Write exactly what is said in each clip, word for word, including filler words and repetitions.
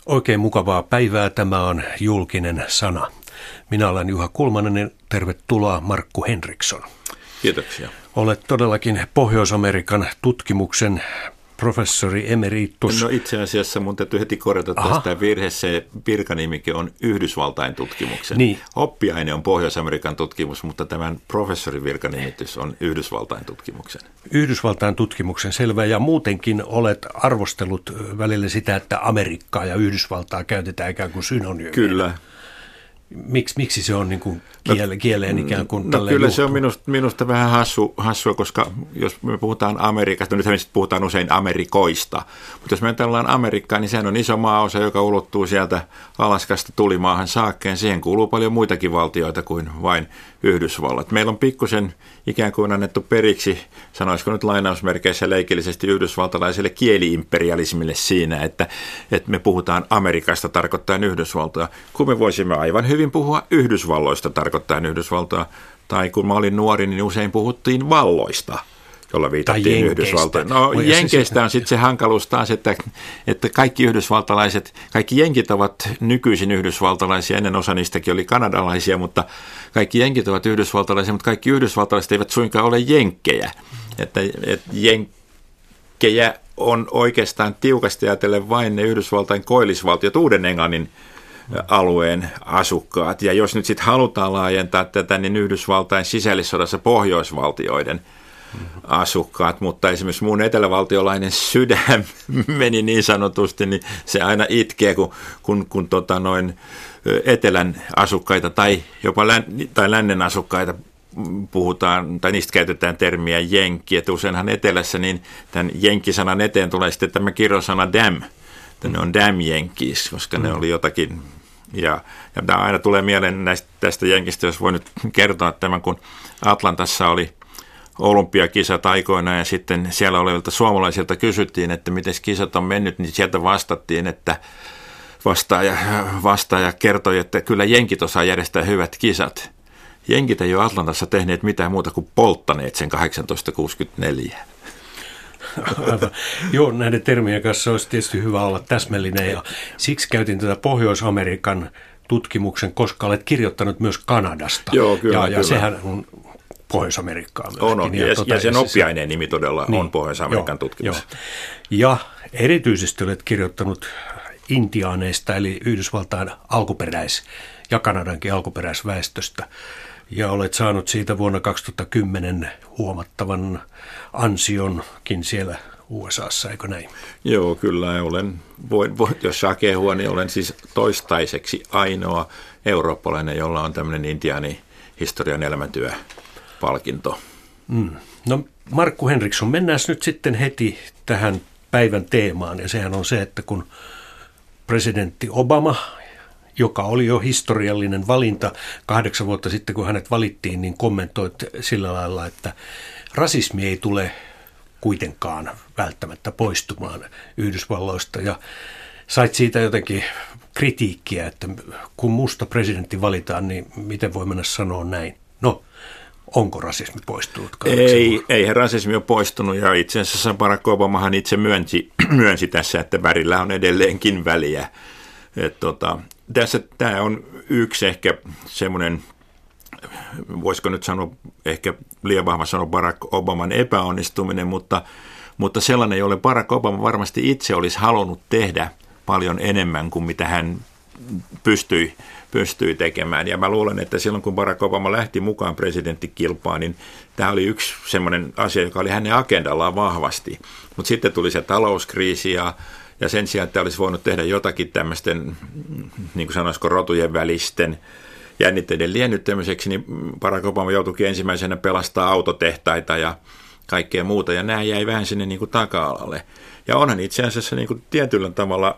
Oikein mukavaa päivää. Tämä on Julkinen sana. Minä olen Juha Kulmanen ja tervetuloa Markku Henriksson. Kiitoksia. Olet todellakin Pohjois-Amerikan tutkimuksen professori emeritus. No itse asiassa mun täytyy heti korjata tästä virhe. Se virkanimikin on Yhdysvaltain tutkimuksen. Niin. Oppiaine on Pohjois-Amerikan tutkimus, mutta tämän professorin virkanimitys on Yhdysvaltain tutkimuksen. Yhdysvaltain tutkimuksen, selvä. Ja muutenkin olet arvostellut välillä sitä, että Amerikkaa ja Yhdysvaltaa käytetään ikään kuin synonyymiä. Kyllä. Miksi, miksi se on niin kuin kiele, kieleen ikään kuin no, tälleen kyllä juhtuu? Se on minusta, minusta vähän hassu, hassua, koska jos me puhutaan Amerikasta, nythän me puhutaan usein Amerikoista, mutta jos me ajatellaan Amerikkaa, niin sehän on iso maaosa, joka ulottuu sieltä Alaskasta tulimaahan saakka, ja siihen kuuluu paljon muitakin valtioita kuin vain Yhdysvallat. Meillä on pikkusen ikään kuin annettu periksi, sanoisiko nyt lainausmerkeissä leikillisesti yhdysvaltalaiselle kieli-imperialismille siinä, että, että me puhutaan Amerikasta tarkoittaen Yhdysvaltoja, kun me voisimme aivan hyvin puhua Yhdysvalloista tarkoittaen Yhdysvaltoja, tai kun mä olin nuori, niin usein puhuttiin valloista, jolla viitattiin Yhdysvaltoihin. No jenkeistä on sitten se hankaluus taas, että, että kaikki yhdysvaltalaiset, kaikki jenkit ovat nykyisin yhdysvaltalaisia, ennen osa niistäkin oli kanadalaisia, mutta kaikki jenkit ovat yhdysvaltalaisia, mutta kaikki yhdysvaltalaiset eivät suinkaan ole jenkkejä. Että, että jenkkejä on oikeastaan tiukasti ajatellen vain ne Yhdysvaltain koillisvaltiot, Uuden-Englannin alueen asukkaat. Ja jos nyt sitten halutaan laajentaa tätä, niin Yhdysvaltain sisällissodassa pohjoisvaltioiden asukkaat, mutta esimerkiksi mun etelävaltiolainen sydän meni niin sanotusti, niin se aina itkee, kun, kun, kun tota noin etelän asukkaita tai jopa län, tai lännen asukkaita puhutaan, tai niistä käytetään termiä jenkki, että useinhan etelässä, niin tämän jenkkisanan eteen tulee sitten tämä kirjosana dam, että ne on dam jenkkis, koska ne oli jotakin, ja, ja tämä aina tulee mieleen näistä, tästä jenkistä, jos voi nyt kertoa tämän, kun Atlantassa oli olympiakisat aikoina ja sitten siellä olevilta suomalaisilta kysyttiin, että miten kisat on mennyt, niin sieltä vastattiin, että vastaaja, vastaaja kertoi, että kyllä jenkit osaa järjestää hyvät kisat. Jenkit ei ole Atlantassa tehneet mitään muuta kuin polttaneet sen tuhatyhdeksänsataakahdeksantoista kuusikymmentäneljä. Aivan. Joo, näiden termien kanssa olisi tietysti hyvä olla täsmällinen ja siksi käytin tätä Pohjois-Amerikan tutkimuksen, koska olet kirjoittanut myös Kanadasta. Joo, kyllä, ja, ja kyllä. sehän on Pohjois-Amerikkaa myöskin. On, on. Ja, ja, ja sen oppiaineen nimi todella niin, on Pohjois-Amerikan joo, tutkimus. Jo. Ja erityisesti olet kirjoittanut intiaaneista, eli Yhdysvaltain alkuperäis- ja Kanadankin alkuperäisväestöstä. Ja olet saanut siitä vuonna kaksituhattakymmenen huomattavan ansionkin siellä U S A:ssa, eikö näin? Joo, kyllä olen. Voin, voin, jos saa kehua, niin olen siis toistaiseksi ainoa eurooppalainen, jolla on tämmöinen intiaani historian elämäntyöpalkinto. Mm. No Markku Henriksson, mennään nyt sitten heti tähän päivän teemaan, ja sehän on se, että kun presidentti Obama, joka oli jo historiallinen valinta kahdeksan vuotta sitten, kun hänet valittiin, niin kommentoit sillä lailla, että rasismi ei tule kuitenkaan välttämättä poistumaan Yhdysvalloista, ja sait siitä jotenkin kritiikkiä, että kun musta presidentti valitaan, niin miten voi mennä sanoa näin? No, onko rasismi poistunut? Ei, eihän rasismi ole poistunut, ja itse asiassa Barack Obamahan itse myönsi, myönsi tässä, että värillä on edelleenkin väliä. Et tota, tässä tämä on yksi ehkä semmoinen, voisiko nyt sanoa, ehkä liian vahva sanoa Barack Obaman epäonnistuminen, mutta, mutta sellainen, jolle Barack Obama varmasti itse olisi halunnut tehdä paljon enemmän kuin mitä hän pystyi, pystyi tekemään. Ja mä luulen, että silloin kun Barack Obama lähti mukaan presidenttikilpaan, niin tämä oli yksi semmoinen asia, joka oli hänen agendallaan vahvasti. Mutta sitten tuli se talouskriisi ja Ja sen sijaan, että olisi voinut tehdä jotakin tämmöisten, niin kuin sanoisiko, rotujen välisten jännitteiden liennyttämiseksi, niin Barack Obama joutuikin ensimmäisenä pelastaa autotehtaita ja kaikkea muuta, ja nämä jäi vähän sinne niin kuin taka-alalle. Ja onhan itse asiassa niin kuin tietyllä tavalla,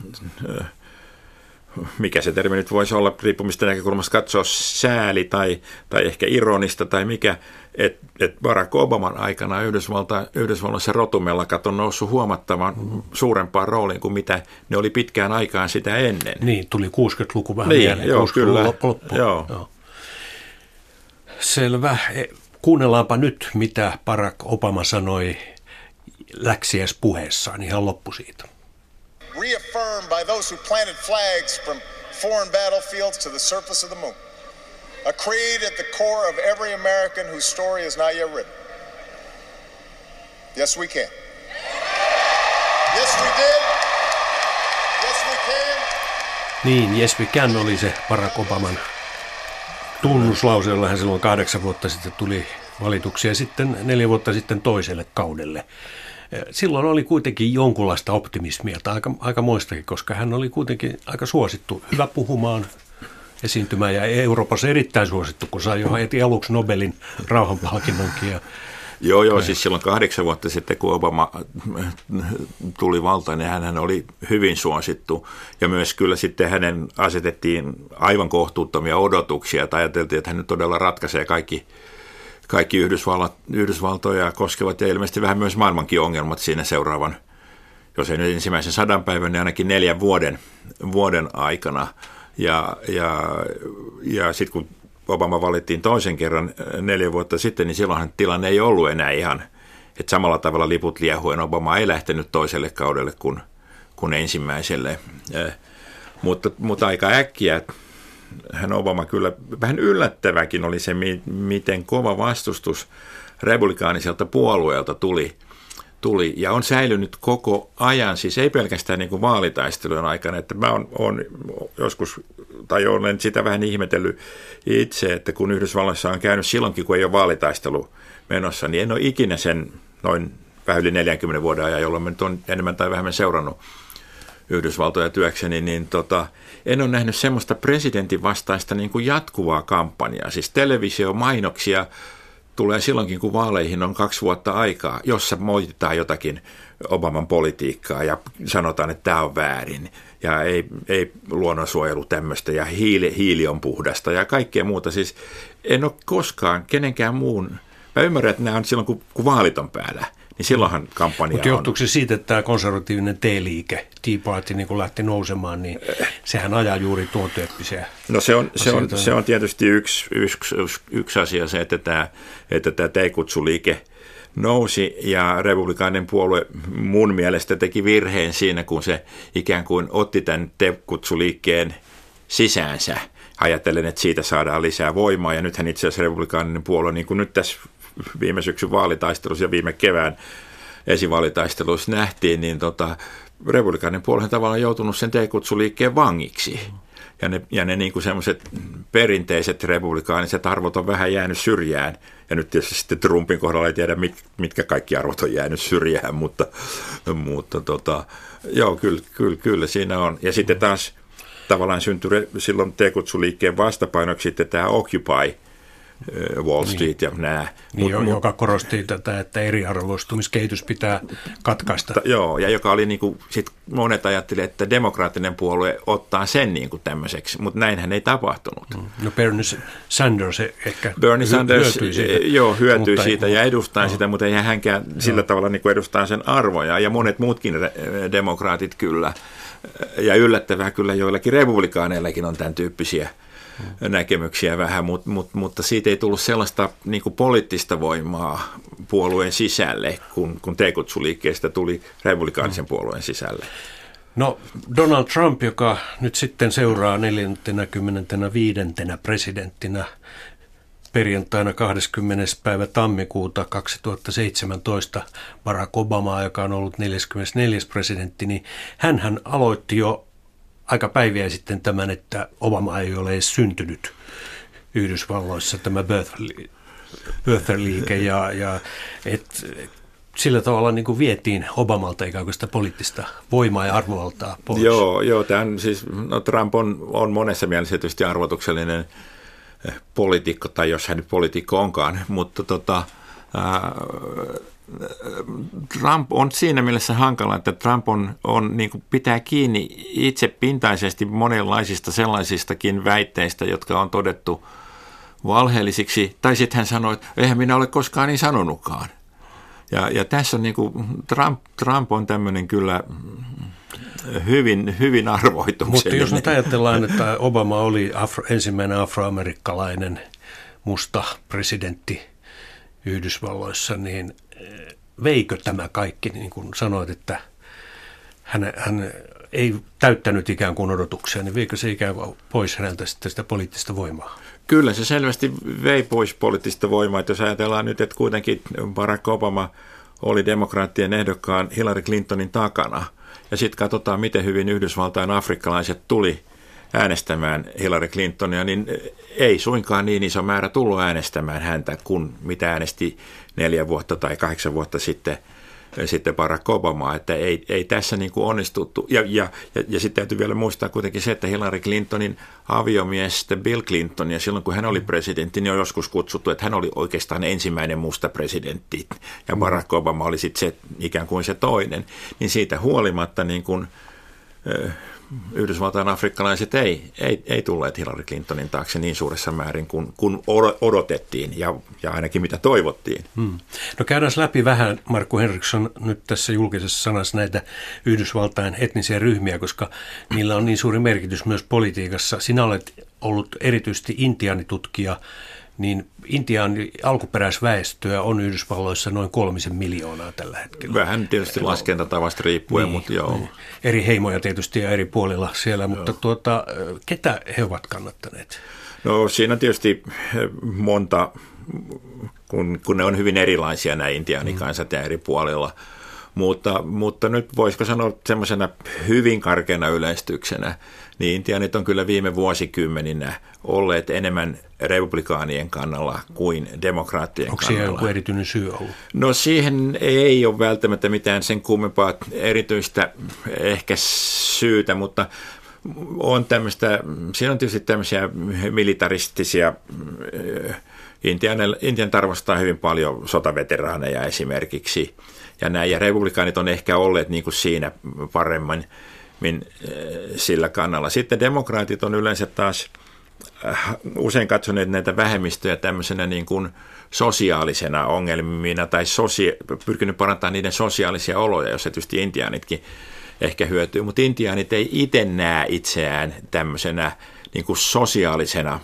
mikä se termi nyt voisi olla, riippumista näkökulmasta katsoa sääli tai, tai ehkä ironista tai mikä, että et Barack Obaman aikana Yhdysvalta, Yhdysvalloissa rotumellakat on noussut huomattavan mm-hmm. suurempaan rooliin kuin mitä ne oli pitkään aikaan sitä ennen. Niin, tuli kuusikymmentäluku vähän niin, mieleen. Joo, kyllä. Loppu. Joo. Joo. Selvä. Kuunnellaanpa nyt, mitä Barack Obama sanoi läksiäispuheessaan, ihan loppu siitä. reaffirmed by those who planted flags from foreign battlefields to the surface of the moon. A creed at the core of every American whose story is not yet written. Yes, we can. Yes, we did. Yes, we can. Niin, yes we can oli se Barack Obaman tunnuslause, jolla hän silloin kahdeksan vuotta sitten tuli valituksi ja sitten neljä vuotta sitten toiselle kaudelle. Silloin oli kuitenkin jonkunlaista optimismia, aika, aika moistakin, koska hän oli kuitenkin aika suosittu, hyvä puhumaan, esiintymään ja Euroopassa erittäin suosittu, kun sai jo heti aluksi Nobelin rauhanpalkinnonkin. Ja Joo, joo, siis silloin kahdeksan vuotta sitten, kun Obama tuli valtaan, niin hän oli hyvin suosittu. Ja myös kyllä sitten hänen asetettiin aivan kohtuuttomia odotuksia, tai ajateltiin, että hän nyt todella ratkaisee kaikki, kaikki Yhdysvallat, Yhdysvaltoja koskevat ja ilmeisesti vähän myös maailmankin ongelmat siinä seuraavan, jos ei nyt ensimmäisen sadan päivän, niin ainakin neljän vuoden, vuoden aikana. Ja, ja, ja sitten kun Obama valittiin toisen kerran neljä vuotta sitten, niin silloinhan tilanne ei ollut enää ihan, että samalla tavalla liput liehuen Obama ei lähtenyt toiselle kaudelle kuin, kuin ensimmäiselle. Eh, mutta, mutta aika äkkiä hän Obama kyllä, vähän yllättäväkin oli se, miten kova vastustus republikaaniselta puolueelta tuli. tuli ja on säilynyt koko ajan, siis ei pelkästään niin kuin vaalitaistelujen aikana, että mä oon, oon joskus, tai olen sitä vähän ihmetellyt itse, että kun Yhdysvalloissa on käynyt silloinkin, kun ei ole vaalitaistelu menossa, niin en ole ikinä sen noin vähän yli neljänkymmenen vuoden ajan, jolloin mä nyt on enemmän tai vähemmän seurannut Yhdysvaltoja työkseni, niin tota, en ole nähnyt semmoista presidentin vastaista niin kuin jatkuvaa kampanjaa, siis televisiomainoksia tulee silloinkin, kun vaaleihin on kaksi vuotta aikaa, jossa moititaan jotakin Obaman politiikkaa ja sanotaan, että tämä on väärin ja ei, ei luonnonsuojelu tämmöistä ja hiili, hiili on puhdasta ja kaikkea muuta. Siis en ole koskaan kenenkään muun, mä ymmärrän, että nämä on silloin, kun, kun vaalit on päällä, niin silloinhan kampanja on. Mutta johtuuko se siitä, että tämä konservatiivinen T-liike, Tea Party, niin kun lähti nousemaan, niin sehän ajaa juuri tuon tyyppisiä. No se on, se on, se on tietysti yksi, yksi, yksi asia se, että tämä, että tämä teekutsuliike nousi ja republikaaninen puolue mun mielestä teki virheen siinä, kun se ikään kuin otti tämän teekutsuliikkeen sisäänsä. Ajattelen, että siitä saadaan lisää voimaa ja nythän itse asiassa republikaaninen puolue, niin kuin nyt tässä viime syksyn vaalitaistelussa ja viime kevään esivaalitastelussa nähtiin, niin tota, republikaaninen puolue on tavallaan joutunut sen teekutsuliikkeen vangiksi. Ja ne, ja ne niin kuin semmoiset perinteiset republikaaniset arvot on vähän jäänyt syrjään. Ja nyt tietysti sitten Trumpin kohdalla ei tiedä, mit, mitkä kaikki arvot on jäänyt syrjään, mutta, mutta tota, joo, kyllä, kyllä, kyllä siinä on. Ja sitten taas tavallaan syntyi silloin teekutsuliikkeen vastapainoksi sitten tämä Occupy Wall Street niin. ja nämä. Niin, mut, joka korosti tätä, että eriarvoistumiskehitys pitää katkaista. Ta, joo, ja joka oli niin kuin, sit monet ajattelivat, että demokraattinen puolue ottaa sen niin kuin tämmöiseksi, mutta näinhän ei tapahtunut. No Bernie Sanders ehkä Bernie Sanders, hyötyi siitä. Joo, hyötyi siitä ja edustaa no. sitä, mutta ei hänkään sillä no. tavalla niin kuin edustaa sen arvoja, ja monet muutkin demokraatit kyllä. Ja yllättävää kyllä joillakin republikaaneillakin on tämän tyyppisiä näkemyksiä vähän, mutta, mutta, mutta siitä ei tullut sellaista niin kuin poliittista voimaa puolueen sisälle, kun, kun teekutsuliikkeestä tuli republikaanisen puolueen sisälle. No Donald Trump, joka nyt sitten seuraa neljäkymmentäviisi presidenttinä perjantaina kahdeskymmenes päivä tammikuuta kaksituhattaseitsemäntoista Barack Obamaa, joka on ollut neljäskymmenesneljäs presidentti, niin hänhän aloitti jo aika päiviä sitten tämän, että Obama ei ole edes syntynyt Yhdysvalloissa, tämä birther-liike, ja, ja et, sillä tavalla niin kuin vietiin Obamalta ikään kuin sitä poliittista voimaa ja arvovaltaa pois. Joo, joo tämän, siis, no, Trump on, on monessa mielessä tietysti arvotuksellinen poliitikko, tai jos hän nyt poliitikko onkaan, mutta tota, ää, Trump on siinä mielessä hankala, että Trump on, on niin kuin pitää kiinni itsepintaisesti monenlaisista sellaisistakin väitteistä, jotka on todettu valheellisiksi, tai sitten hän sanoi, että eihän minä ole koskaan niin sanonutkaan. Ja, ja tässä on niin kuin, Trump, Trump on tämmöinen kyllä hyvin, hyvin arvoituksellinen. Mutta jos nyt ajatellaan, että Obama oli afro, ensimmäinen afroamerikkalainen musta presidentti Yhdysvalloissa, niin veikö tämä kaikki, niin kuin sanoit, että hän, hän ei täyttänyt ikään kuin odotuksia, niin viikö se ikään kuin pois häneltä sitten sitä poliittista voimaa? Kyllä se selvästi vei pois poliittista voimaa, että jos ajatellaan nyt, että kuitenkin Barack Obama oli demokraattien ehdokkaan Hillary Clintonin takana, ja sitten katsotaan, miten hyvin Yhdysvaltain afrikkalaiset tuli äänestämään Hillary Clintonia, niin ei suinkaan niin iso määrä tullut äänestämään häntä, kuin mitä äänesti neljä vuotta tai kahdeksan vuotta sitten, sitten Barack Obamaa, että ei, ei tässä niin kuin onnistuttu. Ja, ja, ja, ja sitten täytyy vielä muistaa kuitenkin se, että Hillary Clintonin aviomies Bill Clinton, ja silloin kun hän oli presidentti, niin on joskus kutsuttu, että hän oli oikeastaan ensimmäinen musta presidentti, ja Barack Obama oli sitten se ikään kuin se toinen. Niin siitä huolimatta niin kuin, Yhdysvaltain afrikkalaiset ei, ei, ei tulleet Hillary Clintonin taakse niin suuressa määrin kuin, kuin odotettiin ja, ja ainakin mitä toivottiin. Hmm. No käydään läpi vähän, Markku Henriksson, nyt tässä julkisessa sanassa näitä Yhdysvaltain etnisiä ryhmiä, koska niillä on niin suuri merkitys myös politiikassa. Sinä olet ollut erityisesti intiaanitutkija, niin Intian alkuperäisväestöä on Yhdysvalloissa noin kolmisen miljoonaa tällä hetkellä. Vähän tietysti laskentatavasta riippuen, niin, mutta joo. Niin. Eri heimoja tietysti ja eri puolilla siellä, mutta tuota, ketä he ovat kannattaneet? No siinä tietysti monta, kun, kun ne on hyvin erilaisia nämä intiaanikansat ja eri puolilla. Mutta, mutta nyt voisiko sanoa semmoisena hyvin karkeana yleistyksenä, niin intiaanit on kyllä viime vuosikymmeninä olleet enemmän republikaanien kannalla kuin demokraattien Onko kannalla. Onko siihen joku erityinen syy ollut? No siihen ei ole välttämättä mitään sen kummempaa erityistä ehkä syytä, mutta on tämmöistä, siinä on tietysti tämmöisiä militaristisia, Intian, Intian arvostaa hyvin paljon sotaveteraaneja esimerkiksi. Ja nämä ja republikaanit on ehkä olleet niin kuin siinä paremmin min, sillä kannalla. Sitten demokraatit on yleensä taas äh, usein katsoneet näitä vähemmistöjä tämmöisenä niin kuin sosiaalisena ongelmina tai sosia- pyrkinyt parantamaan niiden sosiaalisia oloja, jos tietysti intiaanitkin ehkä hyötyy. Mutta intiaanit ei itse näe itseään tämmöisenä niin kuin sosiaalisena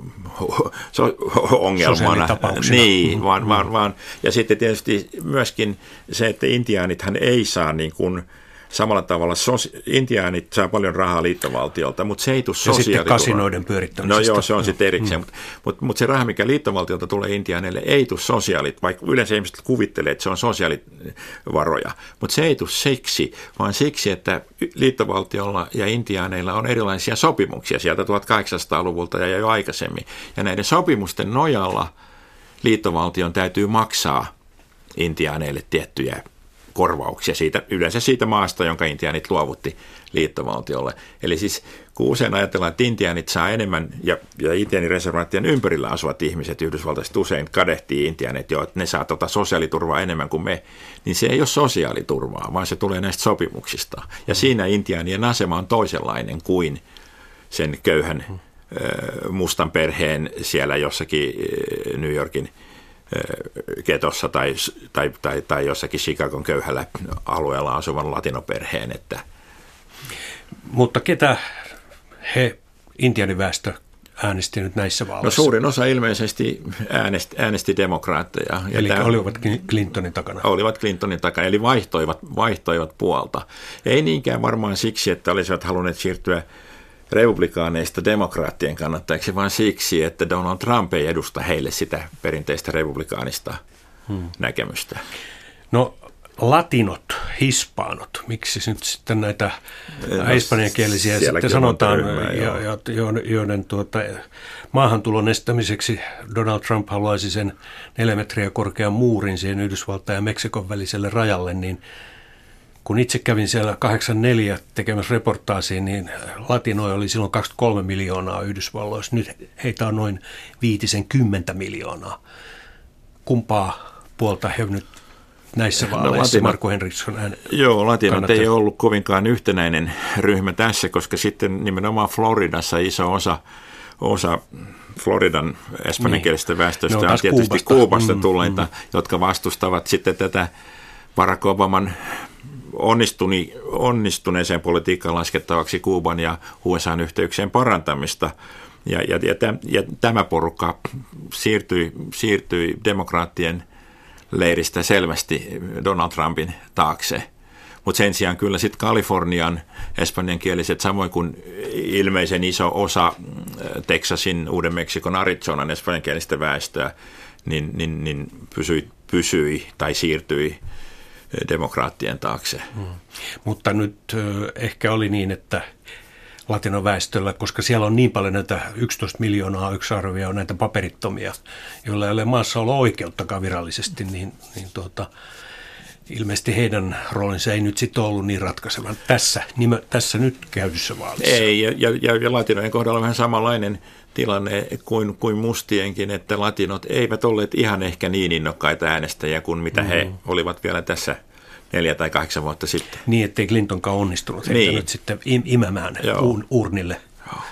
so, ongelmana. Niin, mm. vaan, vaan, vaan, ja sitten tietysti myöskin se, että intiaanithan ei saa niin kuin samalla tavalla, sos, intiaanit saa paljon rahaa liittovaltiolta, mutta se ei tule sosiaaliturvaa. Ja sitten kasinoiden pyörittämisestä. No joo, se on sitten erikseen, mm. mutta mut, mut se raha, mikä liittovaltiolta tulee intiaaneille, ei tule sosiaalit, vaikka yleensä ihmiset kuvittelee, että se on sosiaalivaroja, mutta se ei tule siksi, vaan siksi, että liittovaltiolla ja intiaaneilla on erilaisia sopimuksia sieltä tuhatkahdeksansataaluvulta ja jo aikaisemmin, ja näiden sopimusten nojalla liittovaltion täytyy maksaa intiaaneille tiettyjä korvauksia siitä, yleensä siitä maasta, jonka intiaanit luovutti liittovaltiolle. Eli siis kun usein ajatellaan, että intiaanit saa enemmän, ja, ja intiaanireservaattien ympärillä asuvat ihmiset Yhdysvaltaista usein kadehtii intiaanit jo, että ne saa tota sosiaaliturvaa enemmän kuin me, niin se ei ole sosiaaliturvaa, vaan se tulee näistä sopimuksista. Ja siinä intiaanien asema on toisenlainen kuin sen köyhän mm. mustan perheen siellä jossakin New Yorkin ketossa tai, tai, tai, tai jossakin Chicagon köyhällä alueella asuvan latinoperheen. Että. Mutta ketä he, intiaaniväestö, äänesti nyt näissä vaaleissa? No suurin osa ilmeisesti äänesti, äänesti demokraatteja. Eli tämä, olivat Clintonin takana? Olivat Clintonin takana, eli vaihtoivat, vaihtoivat puolta. Ei niinkään varmaan siksi, että olisivat halunneet siirtyä republikaaneista demokraattien kannattajiksi, vaan siksi, että Donald Trump ei edusta heille sitä perinteistä republikaanista hmm. näkemystä. No latinot, hispaanot, miksi nyt sitten näitä no, espanjankielisiä sitten sanotaan, ryhmää, ja, ja, joiden tuota, maahantulon estämiseksi Donald Trump haluaisi sen neljä metriä korkean muurin siihen Yhdysvaltain ja Meksikon väliselle rajalle, niin kun itse kävin siellä kahdeksankymmentäneljä tekemässä reportaasiin, niin latinoja oli silloin kaksikymmentäkolme miljoonaa Yhdysvalloissa. Nyt heitä on noin viisikymmentä miljoonaa. Kumpaa puolta he nyt näissä vaaleissa, no, Markku Henriksson ään Joo, latinot ei ollut kovinkaan yhtenäinen ryhmä tässä, koska sitten nimenomaan Floridassa iso osa, osa Floridan espanjankielisestä niin. väestöstä on tietysti Kuubasta, Kuubasta tulleita, mm, mm. jotka vastustavat sitten tätä Barack Obaman onnistuni, onnistuneeseen politiikkaan laskettavaksi Kuuban ja U S A:n yhteyksien parantamista. Ja, ja, ja, täm, ja tämä porukka siirtyi, siirtyi demokraattien leiristä selvästi Donald Trumpin taakse. Mutta sen sijaan kyllä sitten Kalifornian espanjankieliset, samoin kuin ilmeisen iso osa Texasin, Uuden-Meksikon, Arizonan espanjankielistä väestöä, niin, niin, niin pysyi, pysyi tai siirtyi demokraattien taakse. Hmm. Mutta nyt ehkä oli niin, että latinoväestöllä, koska siellä on niin paljon näitä yksitoista miljoonaa yksi arvia on näitä paperittomia, joilla ei ole maassaolo-oikeuttakaan virallisesti, niin, niin tuota, ilmeisesti heidän roolinsa ei nyt sitten ollut niin ratkaisevan tässä, niin tässä nyt käydyssä vaalissa. Ei, ja, ja, ja latinojen kohdalla on vähän samanlainen tilanne kuin, kuin mustienkin, että latinot eivät olleet ihan ehkä niin innokkaita äänestäjiä kuin mitä mm-hmm. he olivat vielä tässä neljä tai kahdeksan vuotta sitten. Niin, ettei Clintonkaan onnistunut heitä niin. nyt sitten imemään Joo. urnille. Joo.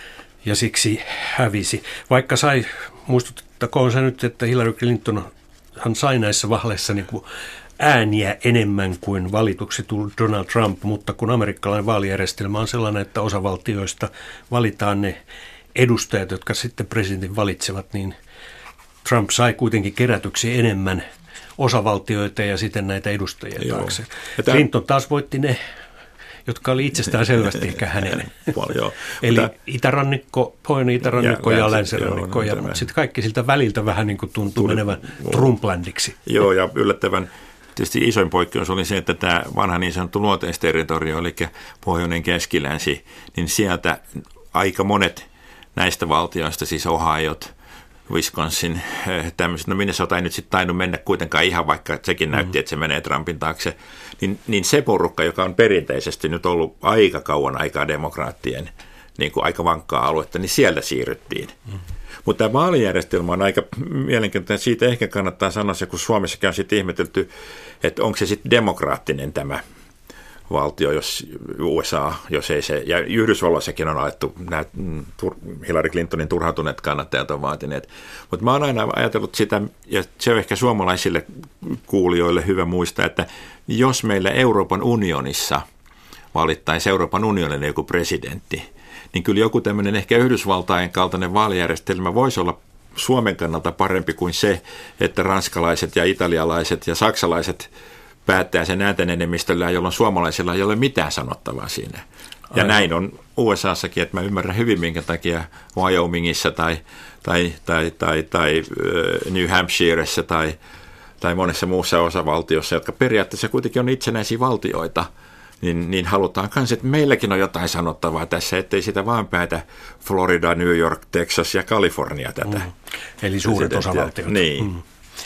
Ja siksi hävisi. Vaikka sai, muistuttakoon se nyt, että Hillary Clinton hän sai näissä vaaleissa niin kuin ääniä enemmän kuin valituksi tullut Donald Trump, mutta kun amerikkalainen vaalijärjestelmä on sellainen, että osavaltioista valitaan ne edustajat, jotka sitten presidentin valitsevat, niin Trump sai kuitenkin kerätyksi enemmän osavaltioita ja sitten näitä edustajia Joo. taakse. Tämän... Clinton taas voitti ne, jotka oli itsestään selvästi ehkä hänen. Paljon, Eli Tämä... itärannikko, pohjoinen itärannikko ja, ja länsirannikko, ja, mutta sitten kaikki siltä väliltä vähän niin kuin tuntuu Tuli... menevän Trumplandiksi. Joo, ja yllättävän tietysti isoin poikkeus oli se, että tämä vanha niin sanottu luoteisterritorio, eli pohjoinen keskilänsi, niin sieltä aika monet näistä valtioista, siis Ohiot, Wisconsin, tämmöiset, no Minnesota ei nyt sitten tainnut mennä kuitenkaan ihan, vaikka sekin näytti, että se menee Trumpin taakse, niin, niin se porukka, joka on perinteisesti nyt ollut aika kauan aikaa demokraattien niin kuin aika vankkaa aluetta, niin sieltä siirryttiin. Mm. Mutta tämä vaalijärjestelmä on aika mielenkiintoinen, siitä ehkä kannattaa sanoa se, kun Suomessakin on sitten ihmetelty, että onko se sitten demokraattinen tämä valtio, jos U S A, jos ei se, ja Yhdysvalloissakin on alettu, nämä Hillary Clintonin turhautuneet kannattajat on vaatineet. Mutta mä oon aina ajatellut sitä, ja se on ehkä suomalaisille kuulijoille hyvä muistaa, että jos meillä Euroopan unionissa valittaisiin Euroopan unionin joku presidentti, niin kyllä joku tämmöinen ehkä Yhdysvaltain kaltainen vaalijärjestelmä voisi olla Suomen kannalta parempi kuin se, että ranskalaiset ja italialaiset ja saksalaiset päättää sen äänten enemmistöllä, jolloin suomalaisilla ei ole mitään sanottavaa siinä. Ja Aivan. näin on U S A:ssakin, että mä ymmärrän hyvin, minkä takia Wyomingissa tai, tai, tai, tai, tai New Hampshiressa tai, tai monessa muussa osavaltiossa, jotka periaatteessa kuitenkin on itsenäisiä valtioita, niin, niin halutaan myös, että meilläkin on jotain sanottavaa tässä, ettei sitä vaan päätä Florida, New York, Texas ja Kalifornia tätä. Mm. Eli suuret osavaltiot. Niin. Mm.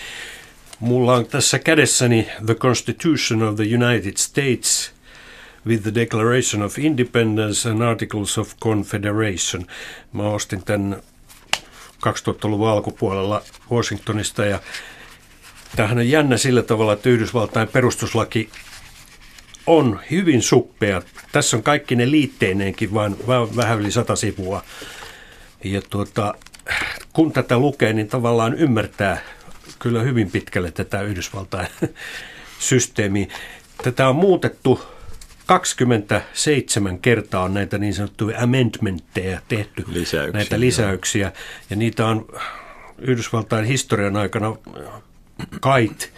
Mulla on tässä kädessäni The Constitution of the United States with the Declaration of Independence and Articles of Confederation. Mä ostin tämän kaksituhattaluvun alkupuolella Washingtonista, ja tämähän on jännä sillä tavalla, että Yhdysvaltain perustuslaki on hyvin suppea. Tässä on kaikki ne liitteineenkin, vaan vähän yli sata sivua. Ja tuota, kun tätä lukee, niin tavallaan ymmärtää kyllä hyvin pitkälle tätä Yhdysvaltain systeemiä. Tätä on muutettu kaksikymmentäseitsemän kertaa, on näitä niin sanottuja amendmentteja tehty, lisäyksiä, näitä lisäyksiä. Jo. Ja niitä on Yhdysvaltain historian aikana kait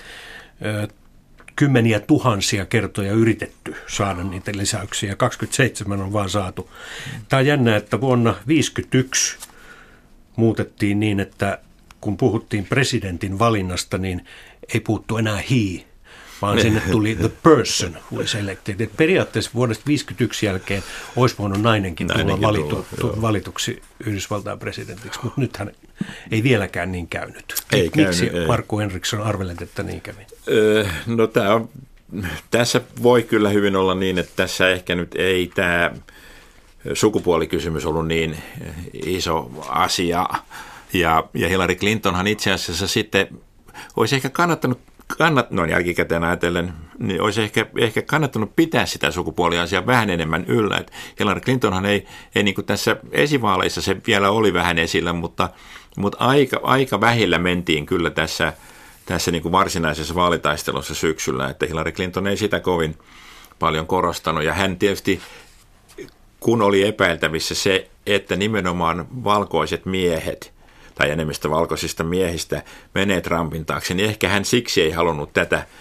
kymmeniä tuhansia kertoja yritetty saada niitä lisäyksiä. kaksikymmentäseitsemän on vaan saatu. Tämä on jännä, että vuonna tuhatyhdeksänsataaviisikymmentäyksi muutettiin niin, että kun puhuttiin presidentin valinnasta, niin ei puhuttu enää he, vaan sinne tuli the person who is elected. Et periaatteessa vuodesta tuhatyhdeksänsataaviisikymmentäyksi jälkeen olisi voinut nainenkin tulla valitu, tu, valituksi Yhdysvaltain presidentiksi, mutta nythän ei vieläkään niin käynyt. Ei Miksi käynyt, Markku Henriksson arvelet, että niin kävi? Öö, no tämä on, tässä voi kyllä hyvin olla niin, että tässä ehkä nyt ei tämä sukupuolikysymys ollut niin iso asia. Ja, ja Hillary Clintonhan itse asiassa sitten olisi ehkä kannattanut, kannat, no jälkikäteen ajatellen, niin olisi ehkä, ehkä kannattanut pitää sitä sukupuoliasiaa vähän enemmän yllä. Et Hillary Clintonhan ei, ei niin kuin tässä esivaaleissa se vielä oli vähän esillä, mutta, mutta aika, aika vähillä mentiin kyllä tässä, tässä niin kuin varsinaisessa vaalitaistelussa syksyllä, että Hillary Clinton ei sitä kovin paljon korostanut. Ja hän tietysti, kun oli epäiltävissä se, että nimenomaan valkoiset miehet tai enemmistö valkoisista miehistä menee Trumpin taakse, niin ehkä hän siksi ei halunnut tätä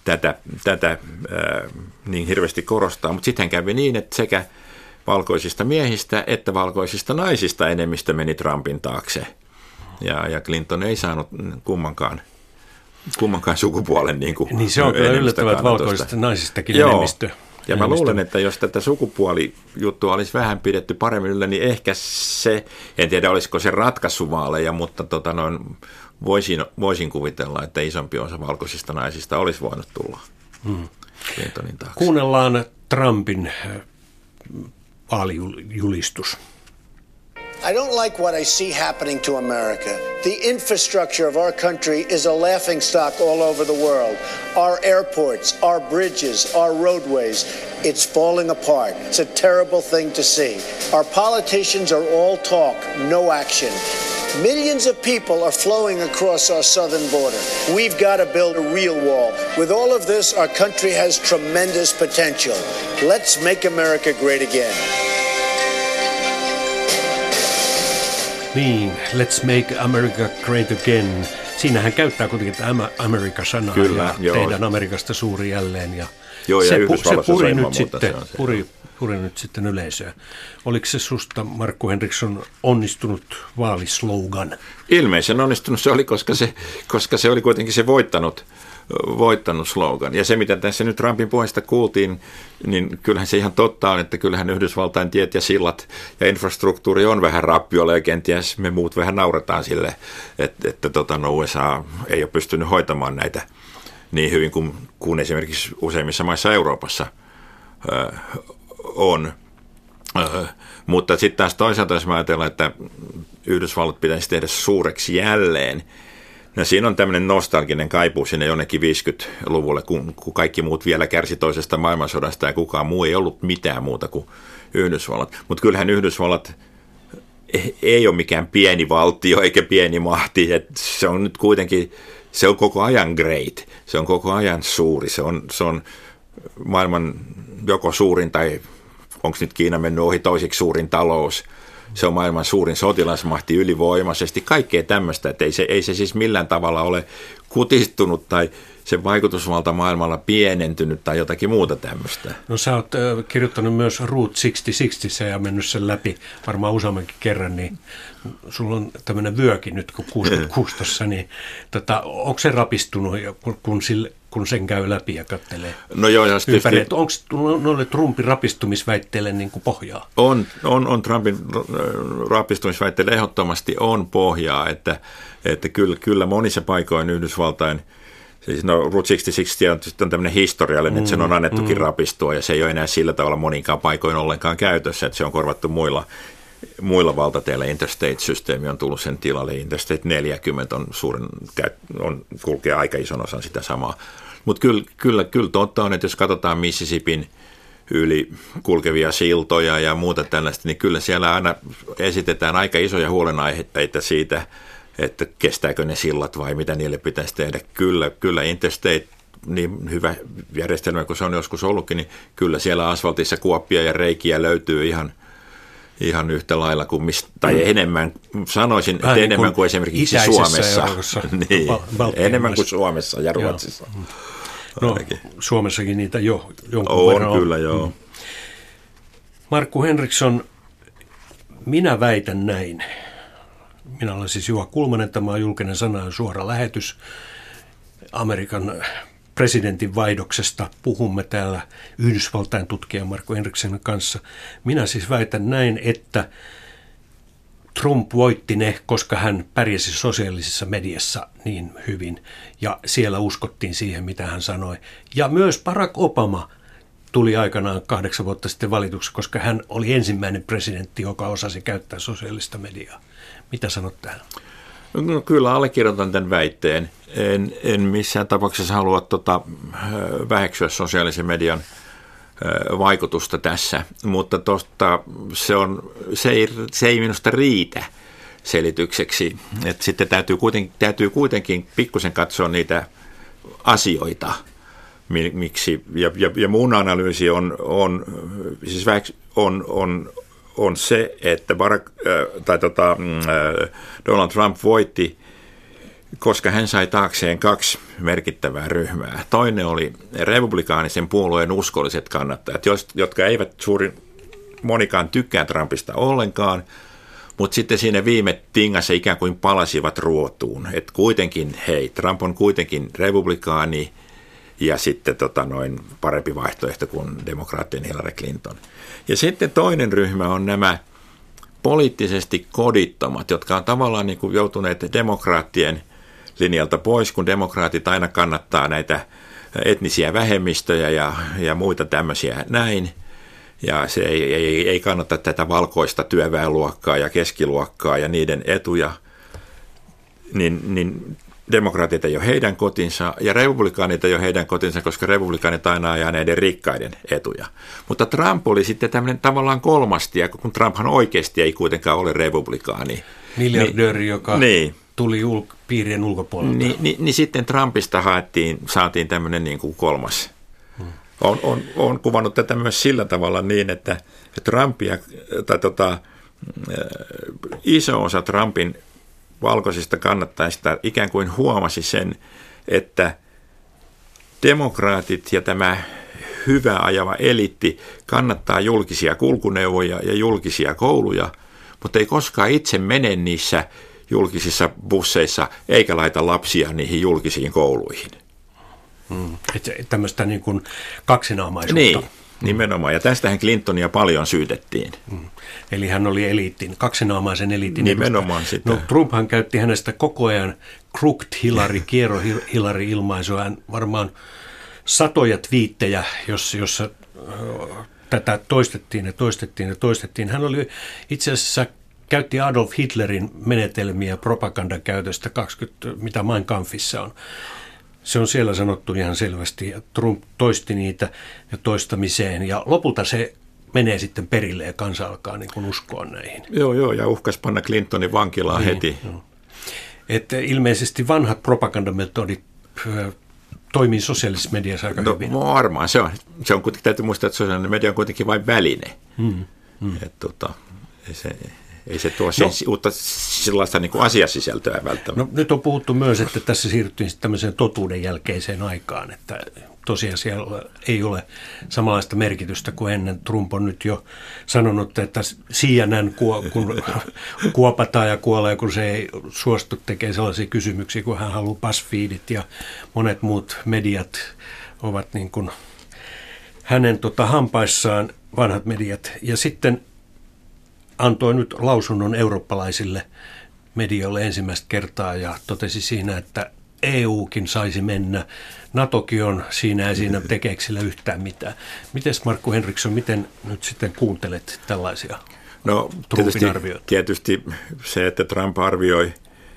tätä, tätä ää, niin hirveästi korostaa. Mutta sitten kävi niin, että sekä valkoisista miehistä että valkoisista naisista enemmistö meni Trumpin taakse. Ja, ja Clinton ei saanut kummankaan, kummankaan sukupuolen niin kuin niin se on kyllä yllättävää, että valkoisista naisistakin Joo. enemmistö. Ja mä luulen, että jos tätä sukupuolijuttua olisi vähän pidetty paremmin yllä, niin ehkä se, en tiedä olisiko se ratkaisuvaaleja, mutta tota noin, voisin, voisin kuvitella, että isompi osa valkoisista naisista olisi voinut tulla hmm. Clintonin taakse. Kuunnellaan Trumpin vaalijulistus. I don't like what I see happening to America. The infrastructure of our country is a laughingstock all over the world. Our airports, our bridges, our roadways, it's falling apart. It's a terrible thing to see. Our politicians are all talk, no action. Millions of people are flowing across our southern border. We've got to build a real wall. With all of this, our country has tremendous potential. Let's make America great again. Niin, let's make America great again. Siinähän käyttää kuitenkin tämä America-sanaa Kyllä, ja joo. tehdään Amerikasta suuri jälleen. Ja joo, ja se, se, puri, nyt sitten, puri, puri nyt sitten yleisöä. Oliko se susta, Markku Henriksson, onnistunut vaalislogan? Ilmeisen onnistunut se oli, koska se, koska se oli kuitenkin se voittanut, voittanut slogan. Ja se, mitä tässä nyt Trumpin puheesta kuultiin, niin kyllähän se ihan totta on, että kyllähän Yhdysvaltain tiet ja sillat ja infrastruktuuri on vähän rappiolla ja kenties me muut vähän naurataan sille, että, että tota, no U S A ei ole pystynyt hoitamaan näitä niin hyvin kuin, kuin esimerkiksi useimmissa maissa Euroopassa ö, on. Ö, mutta sitten taas toisaalta, jos mä ajatellaan, että Yhdysvallat pitäisi tehdä suureksi jälleen, no siinä on tämmöinen nostalginen kaipuu sinne jonnekin viisikymmentäluvulle, kun, kun kaikki muut vielä kärsi toisesta maailmansodasta ja kukaan muu ei ollut mitään muuta kuin Yhdysvallat. Mutta kyllähän Yhdysvallat ei ole mikään pieni valtio eikä pieni mahti. Et se on nyt kuitenkin, se on koko ajan great, se on koko ajan suuri, se on, se on maailman joko suurin tai onko nyt Kiina mennyt ohi toisiksi suurin talous. Se on maailman suurin sotilasmahti ylivoimaisesti, kaikkea tämmöistä, että ei se, ei se siis millään tavalla ole kutistunut tai sen vaikutusvalta maailmalla pienentynyt tai jotakin muuta tämmöistä. No sä oot äh, kirjoittanut myös Route satakuusikymmentä ja mennyt sen läpi varmaan useammankin kerran, niin sulla on tämmöinen vyökin nyt kun kuusikymmentäkuusi tossa, niin tota, onko se rapistunut, kun, kun, sille, kun sen käy läpi ja kattelee no joo, ja ympäri, että onko noille Trumpin rapistumisväitteille niin kuin pohjaa? On, on, on Trumpin rapistumisväitteille ehdottomasti on pohjaa, että, että kyllä, kyllä monissa paikoin Yhdysvaltain siis no, Route satakuusikymmentä on tämmöinen historiallinen, mm, että sen on annettukin mm. rapistua ja se ei ole enää sillä tavalla moninkaan paikoin ollenkaan käytössä, että se on korvattu muilla, muilla valtateillä. Interstate-systeemi on tullut sen tilalle. Interstate neljäkymmentä on suurin, on, kulkee aika ison osan sitä samaa. Mutta kyllä, kyllä, kyllä totta on, että jos katsotaan Mississippin yli kulkevia siltoja ja muuta tällaista, niin kyllä siellä aina esitetään aika isoja huolenaiheita siitä, että kestääkö ne sillat vai mitä niille pitäisi tehdä. Kyllä, kyllä Interstate, niin hyvä järjestelmä kuin se on joskus ollutkin, niin kyllä siellä asfaltissa kuoppia ja reikiä löytyy ihan, ihan yhtä lailla kuin mistä, tai mm. enemmän, sanoisin, että enemmän kuin, kuin esimerkiksi Suomessa. niin, enemmän kuin Suomessa ja Ruotsissa. No, ainakin. Suomessakin niitä jo jonkun on, verran on. Kyllä, joo. Markku Henriksson, minä väitän näin. Minä olen siis Juha Kulmanen, tämä on Julkinen sana ja suora lähetys Amerikan presidentin vaihdoksesta. Puhumme täällä Yhdysvaltain tutkija Markku Henrikssonin kanssa. Minä siis väitän näin, että Trump voitti ne, koska hän pärjäsi sosiaalisessa mediassa niin hyvin ja siellä uskottiin siihen, mitä hän sanoi. Ja myös Barack Obama tuli aikanaan kahdeksan vuotta sitten valituksi, koska hän oli ensimmäinen presidentti, joka osasi käyttää sosiaalista mediaa. Mitä sanot tähän? No, kyllä allekirjoitan tämän väitteen. En, en missään tapauksessa halua tota, väheksyä sosiaalisen median vaikutusta tässä, mutta tosta, se, on, se, ei, se ei minusta riitä selitykseksi. Et sitten täytyy kuitenkin, täytyy kuitenkin pikkusen katsoa niitä asioita, miksi, ja, ja, ja mun analyysi on, on, siis on, on, on se, että Barack, äh, tai tota, äh, Donald Trump voitti koska hän sai taakseen kaksi merkittävää ryhmää. Toinen oli republikaanisen puolueen uskolliset kannattajat, jotka eivät suurin monikaan tykkää Trumpista ollenkaan, mutta sitten siinä viime tingassa ikään kuin palasivat ruotuun. Että kuitenkin, hei, Trump on kuitenkin republikaani ja sitten tota, noin parempi vaihtoehto kuin demokraattien Hillary Clinton. Ja sitten toinen ryhmä on nämä poliittisesti kodittomat, jotka on tavallaan niin kuin joutuneet demokraattien linjalta pois, kun demokraatit aina kannattaa näitä etnisiä vähemmistöjä ja, ja muita tämmöisiä näin. Ja se ei, ei, ei kannata tätä valkoista työväenluokkaa ja keskiluokkaa ja niiden etuja, niin, niin demokraatit ei ole heidän kotinsa ja republikaanit ei ole heidän kotinsa, koska republikaanit aina ajaa näiden rikkaiden etuja. Mutta Trump oli sitten tämmöinen tavallaan kolmastia, kun Trumphan oikeasti ei kuitenkaan ole republikaani. Miljardööri, niin, joka niin, tuli ul- piirien ulkopuolelta. Niin, niin, niin sitten Trumpista haettiin, saatiin tämmöinen niin kuin kolmas. Hmm. On, on, on kuvannut tätä myös sillä tavalla niin, että Trumpia, tai tota, iso osa Trumpin valkoisista kannattajista ikään kuin huomasi sen, että demokraatit ja tämä hyvä ajava eliitti kannattaa julkisia kulkuneuvoja ja julkisia kouluja, mutta ei koskaan itse mene niissä julkisissa busseissa eikä laita lapsia niihin julkisiin kouluihin. Hmm. Että tämmöistä niin kuin kaksinaamaisuutta. Niin, nimenomaan. Ja tästähän Clintonia paljon syytettiin. Hmm. Eli hän oli eliitin, kaksinaamaisen eliitin. Nimenomaan sitä. No, Trumphan käytti hänestä koko ajan crooked Hillary, kiero Hillary ilmaisua. Hän varmaan satoja twiittejä, jossa, jossa äh, tätä toistettiin ja toistettiin ja toistettiin. Hän oli itse asiassa käytti Adolf Hitlerin menetelmiä propagandakäytöstä kaksikymmentä, mitä Mein Kampfissa on. Se on siellä sanottu ihan selvästi ja Trump toisti niitä ja toistamiseen ja lopulta se menee sitten perille ja kansa alkaa niin kuin uskoa näihin. Joo, joo, ja uhkas panna Clintonin vankilaan niin, heti. Joo. Että ilmeisesti vanhat propagandametodit toimii sosiaalisessa mediassa aika no, hyvin. No varmaan, se on, se on kuitenkin, täytyy muistaa, että sosiaalinen media on kuitenkin vain väline. Hmm, hmm. Että tota, ei se... Ei se tuo no, uutta sellaista niin kuin asiasisältöä välttämättä. No, nyt on puhuttu myös, että tässä siirryttiin tämmöiseen totuuden jälkeiseen aikaan, että tosiasialla ei ole samanlaista merkitystä kuin ennen. Trump on nyt jo sanonut, että C N N kun kuopataan ja kuolee, kun se ei suostu tekemään sellaisia kysymyksiä, kun hän haluaa BuzzFeedit ja monet muut mediat ovat niin kuin hänen tota, hampaissaan, vanhat mediat. Ja sitten antoi nyt lausunnon eurooppalaisille medioille ensimmäistä kertaa ja totesi siinä, että E Ukin saisi mennä. NATOkin on siinä ja siinä tekeekö sillä yhtään mitään. Mites Markku Henriksson, miten nyt sitten kuuntelet tällaisia no, Trumpin tietysti, arvioita? Tietysti se, että Trump arvioi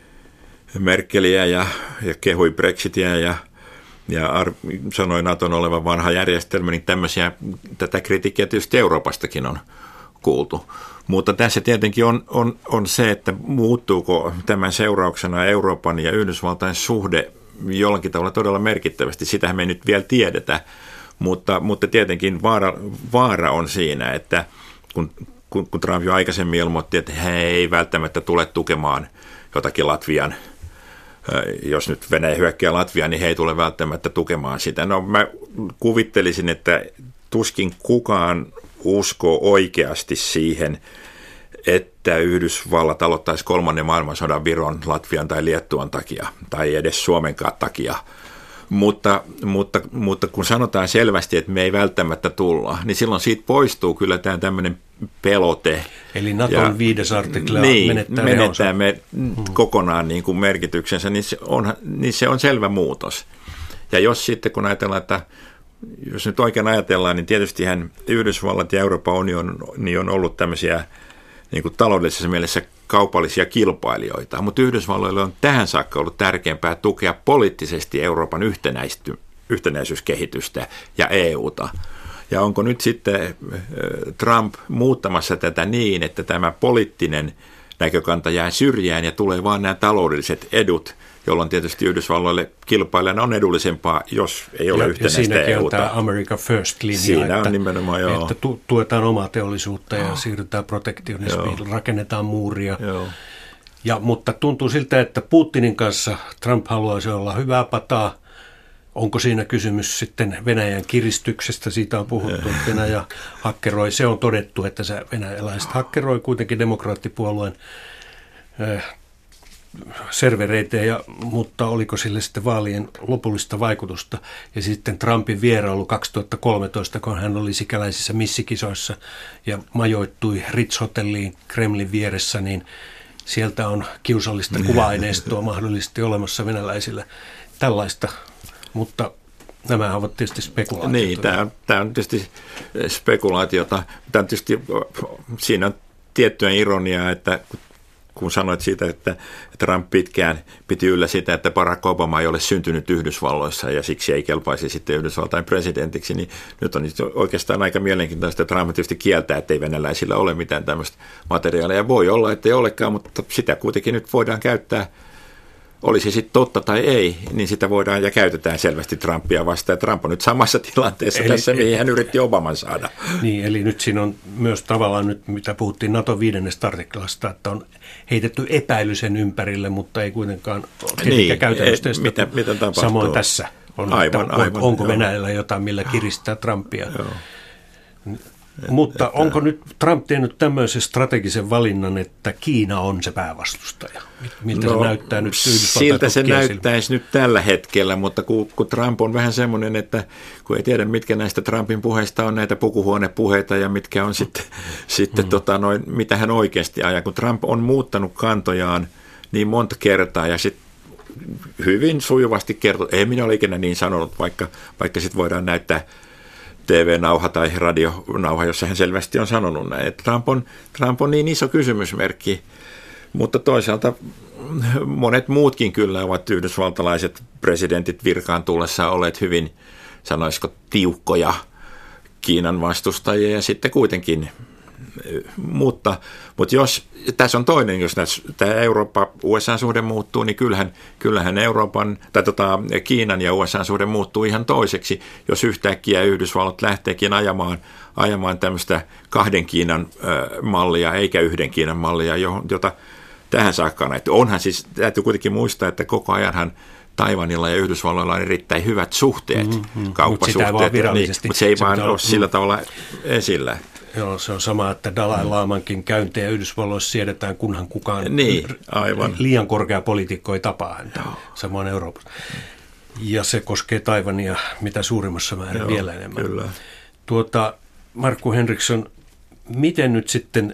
Merkeliä ja, ja kehui Brexitia ja, ja ar- sanoi NATOn olevan vanha järjestelmä, niin tämmöisiä, tätä kritiikkiä tietysti Euroopastakin on kuultu. Mutta tässä tietenkin on, on, on se, että muuttuuko tämän seurauksena Euroopan ja Yhdysvaltain suhde jollakin tavalla todella merkittävästi. Sitähän me ei nyt vielä tiedetä, mutta, mutta tietenkin vaara, vaara on siinä, että kun, kun, kun Trump jo aikaisemmin ilmoitti, että he ei välttämättä tule tukemaan jotakin Latvian, jos nyt Venäjä hyökkää Latviaan, niin he ei tule välttämättä tukemaan sitä. No mä kuvittelisin, että tuskin kukaan uskoo oikeasti siihen, että Yhdysvallat aloittaisi kolmannen maailmansodan Viron, Latvian tai Liettuan takia, tai edes Suomenkaan takia. Mutta, mutta, mutta kun sanotaan selvästi, että me ei välttämättä tulla, niin silloin siitä poistuu kyllä tämä tämmöinen pelote. Eli Naton ja, viides artikla niin, menettää, menettää me hmm. kokonaan niin kuin merkityksensä, niin se, on, niin se on selvä muutos. Ja jos sitten kun ajatellaan, että jos nyt oikein ajatellaan, niin tietystihän Yhdysvallat ja Euroopan unioni niin on ollut tämmöisiä niin kuin taloudellisessa mielessä kaupallisia kilpailijoita, mutta Yhdysvalloille on tähän saakka ollut tärkeämpää tukea poliittisesti Euroopan yhtenäisyyskehitystä ja E Uta. Ja onko nyt sitten Trump muuttamassa tätä niin, että tämä poliittinen näkökanta jää syrjään ja tulee vaan nämä taloudelliset edut, jolloin tietysti Yhdysvalloille kilpailijana on edullisempaa, jos ei ole ja, yhtenäistä E Uta. Ja siinäkin on tämä America First-linja, Siinä että, on nimenomaan, joo. että tuetaan omaa teollisuutta ja siirrytään protektionismiin, rakennetaan muuria. Joo. Ja, mutta tuntuu siltä, että Putinin kanssa Trump haluaisi olla hyvää pataa. Onko siinä kysymys sitten Venäjän kiristyksestä? Siitä on puhuttu, että Venäjä hakkeroi. Se on todettu, että se venäläiset hakkeroi kuitenkin demokraattipuolueen äh, servereitä, ja, mutta oliko sille sitten vaalien lopullista vaikutusta. Ja sitten Trumpin vierailu kaksituhattakolmetoista, kun hän oli sikäläisissä missikisoissa ja majoittui Ritz-hotelliin Kremlin vieressä, niin sieltä on kiusallista kuva-aineistoa mahdollisesti olemassa venäläisillä. Tällaista, mutta nämä ovat tietysti spekulaatioita. Niin, tämä on, tämä on tietysti spekulaatiota. Tämä on tietysti, siinä on tiettyä ironiaa, että kun sanoit siitä, että Trump pitkään piti yllä sitä, että Barack Obama ei ole syntynyt Yhdysvalloissa ja siksi ei kelpaisi sitten Yhdysvaltain presidentiksi, niin nyt on oikeastaan aika mielenkiintoista, että Trump tietysti kieltää, että ei venäläisillä ole mitään tämmöistä materiaalia. Voi olla, että ei olekaan, mutta sitä kuitenkin nyt voidaan käyttää. Olisi sitten totta tai ei, niin sitä voidaan ja käytetään selvästi Trumpia vastaan. Ja Trump on nyt samassa tilanteessa eli, tässä, mihin hän yritti Obaman saada. Niin, eli nyt siinä on myös tavallaan nyt, mitä puhuttiin Naton viidennestä artiklasta, että on heitetty epäily sen ympärille, mutta ei kuitenkaan niin, käytännössä testata. Mitä, mitä tapahtuu? Samoin tässä on, aivan, että aivan, onko joo. Venäjällä jotain, millä kiristää Trumpia. Joo. Mutta että, onko nyt Trump tehnyt tämmöisen strategisen valinnan, että Kiina on se päävastustaja? Miltä no, se näyttää nyt Yhdysvaltain siltä se näyttäisi silmä. Nyt tällä hetkellä, mutta kun, kun Trump on vähän semmoinen, että kun ei tiedä, mitkä näistä Trumpin puheista on näitä pukuhuonepuheita ja mitkä on sitten, sitten mm. tota, noin, mitä hän oikeasti ajaa. Kun Trump on muuttanut kantojaan niin monta kertaa ja sitten hyvin sujuvasti kertoo, ei minä ole ikinä niin sanonut, vaikka, vaikka sitten voidaan näyttää T V-nauha tai radionauha, jossa hän selvästi on sanonut näin. Trump on, Trump on niin iso kysymysmerkki, mutta toisaalta monet muutkin kyllä ovat yhdysvaltalaiset presidentit virkaan tullessa olleet hyvin, sanoisiko, tiukkoja Kiinan vastustajia ja sitten kuitenkin, mutta, mutta jos, tässä on toinen, jos tämä Eurooppa-U S A-suhde muuttuu, niin kyllähän, kyllähän Euroopan, tai tota, Kiinan ja U S A-suhde muuttuu ihan toiseksi, jos yhtäkkiä Yhdysvallat lähteekin ajamaan, ajamaan tämmöistä kahden Kiinan ö, mallia, eikä yhden Kiinan mallia, jota tähän saakka on nähty. Onhan siis, täytyy kuitenkin muistaa, että koko ajanhan Taiwanilla ja Yhdysvalloilla on erittäin hyvät suhteet, mm-hmm. kauppasuhteet, mutta, niin, mutta se ei se vaan ole sillä tavalla esillä. Joo, se on sama, että Dalai Lamankin käyntejä Yhdysvalloissa siedetään, kunhan kukaan niin, aivan. liian korkea poliitikko ei tapaa häntä, samoin Euroopassa. Ja se koskee Taiwania mitä suurimmassa määrin. Joo, vielä enemmän. Kyllä. Tuota, Markku Henriksson, miten nyt sitten,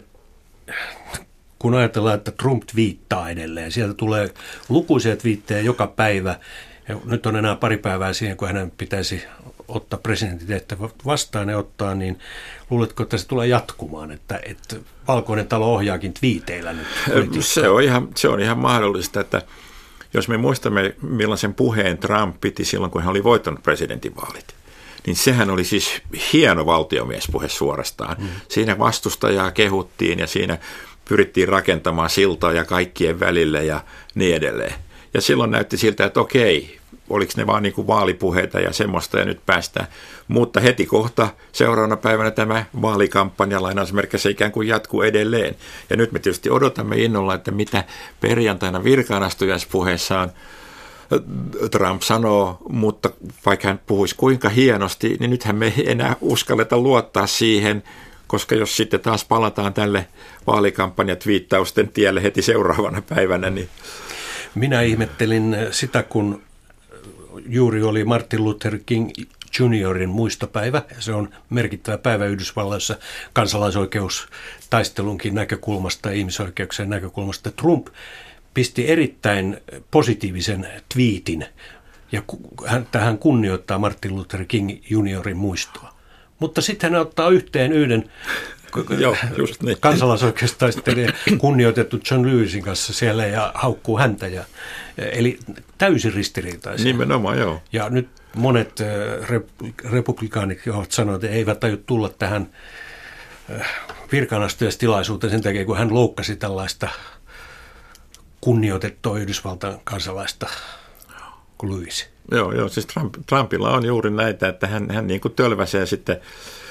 kun ajatellaan, että Trump viittaa edelleen, sieltä tulee lukuisia viittejä joka päivä, ja nyt on enää pari päivää siihen, kun hänen pitäisi ottaa presidentitehtävä vastaan ja ottaa, niin luuletko, että se tulee jatkumaan, että, että Valkoinen talo ohjaakin twiiteillä nyt? Se on, ihan, se on ihan mahdollista, että jos me muistamme, millaisen puheen Trump piti silloin, kun hän oli voittanut presidentinvaalit, niin sehän oli siis hieno valtiomiespuhe suorastaan. Mm. Siinä vastustajaa kehuttiin ja siinä pyrittiin rakentamaan siltoja kaikkien välille ja niin edelleen. Ja silloin näytti siltä, että okei, oliko ne vaan niin kuin vaalipuheita ja semmoista ja nyt päästään. Mutta heti kohta seuraavana päivänä tämä vaalikampanja lainausmerkissä ikään kuin jatkuu edelleen. Ja nyt me tietysti odotamme innolla, että mitä perjantaina virkaanastujaispuheessaan Trump sanoo, mutta vaikka hän puhuisi kuinka hienosti, niin nythän me ei enää uskalleta luottaa siihen, koska jos sitten taas palataan tälle vaalikampanjatviittausten tielle heti seuraavana päivänä, niin... Minä ihmettelin sitä, kun juuri oli Martin Luther King juniorin muistopäivä. Se on merkittävä päivä Yhdysvalloissa kansalaisoikeustaistelunkin näkökulmasta ja ihmisoikeuksien näkökulmasta. Trump pisti erittäin positiivisen twiitin, ja hän, hän kunnioittaa Martin Luther King juniorin muistoa. Mutta sitten hän ottaa yhteen yhden Joo, just niin. kansalaisoikeustaistelija kunnioitettu John Lewisin kanssa siellä ja haukkuu häntä. Ja, eli täysin ristiriitaisia. Nimenomaan, joo. Ja nyt monet republikaanit ovat sanoneet, että eivät aio tulla tähän virkaanastujastilaisuuteen sen takia, kun hän loukkasi tällaista kunnioitettua Yhdysvaltain kansalaista kuin Lewis. Joo, joo, siis Trump, Trumpilla on juuri näitä, että hän, hän niin kuin tölväsee sitten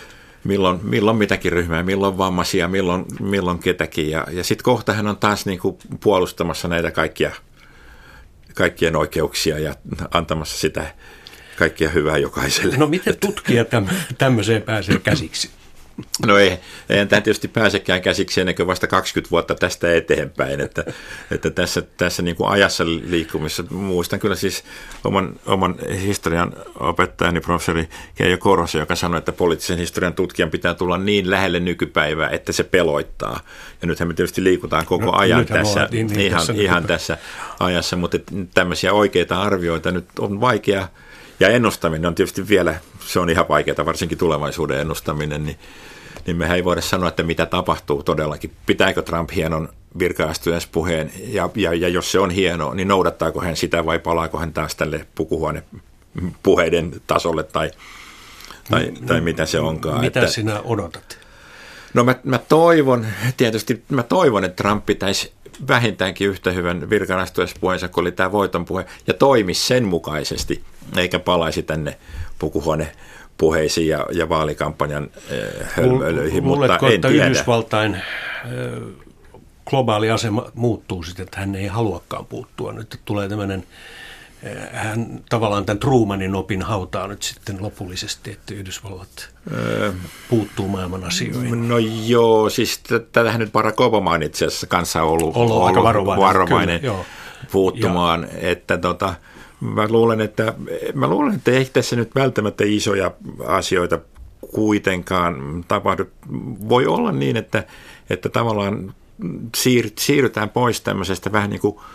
milloin, milloin mitäkin ryhmää, milloin vammaisia, milloin, milloin ketäkin. Ja, ja sitten kohta hän on taas niin kuin puolustamassa näitä kaikkia, kaikkien oikeuksia ja antamassa sitä kaikkia hyvää jokaiselle. No miten tutkija tämmöiseen pääsee käsiksi? No ei, eihän tämä tietysti pääsekään käsiksi ennen kuin vasta kaksikymmentä vuotta tästä eteenpäin, että, että tässä, tässä niin kuin ajassa liikkumissa, muistan kyllä siis oman, oman historian opettajani professori Keijo Korosen, joka sanoi, että poliittisen historian tutkijan pitää tulla niin lähelle nykypäivää, että se pelottaa. Ja nythän me tietysti liikutaan koko no, ajan tässä, niin, niin, ihan, tässä, ihan tässä ajassa, mutta tämmöisiä oikeita arvioita nyt on vaikea. Ja ennustaminen on tietysti vielä, se on ihan vaikeaa, varsinkin tulevaisuuden ennustaminen, niin, niin mehän ei voida sanoa, että mitä tapahtuu todellakin. Pitääkö Trump hienon virka-astujaispuheen, ja, ja, ja jos se on hieno, niin noudattaako hän sitä vai palaako hän taas tälle pukuhuonepuheiden tasolle tai, tai, no, tai mitä se onkaan. Mitä että, sinä odotat? No mä, mä toivon, tietysti mä toivon, että Trump pitäisi vähintäänkin yhtä hyvän virka-astujaispuheensa kuin oli tämä voiton puhe, ja toimisi sen mukaisesti, eikä palaisi tänne pukuhuonepuheisiin ja, ja vaalikampanjan äh, hölmöilyihin, mutta en tiedä. Yhdysvaltain äh, globaali asema muuttuu sitten, että hän ei haluakaan puuttua. Nyt tulee tämmöinen, äh, hän tavallaan tämän Trumanin opin hautaa nyt sitten lopullisesti, että Yhdysvallat äh, puuttuu maailman asioihin. No joo, siis tätähän nyt Barack Obama on itse asiassa kanssa ollut, ollut, ollut aika varovainen, varovainen kyllä, puuttumaan, ja, että tota, Mä luulen, että, mä luulen, että ei tässä nyt välttämättä isoja asioita kuitenkaan tapahdu. Voi olla niin, että, että tavallaan siir, siirrytään pois tämmöisestä vähän niin kuin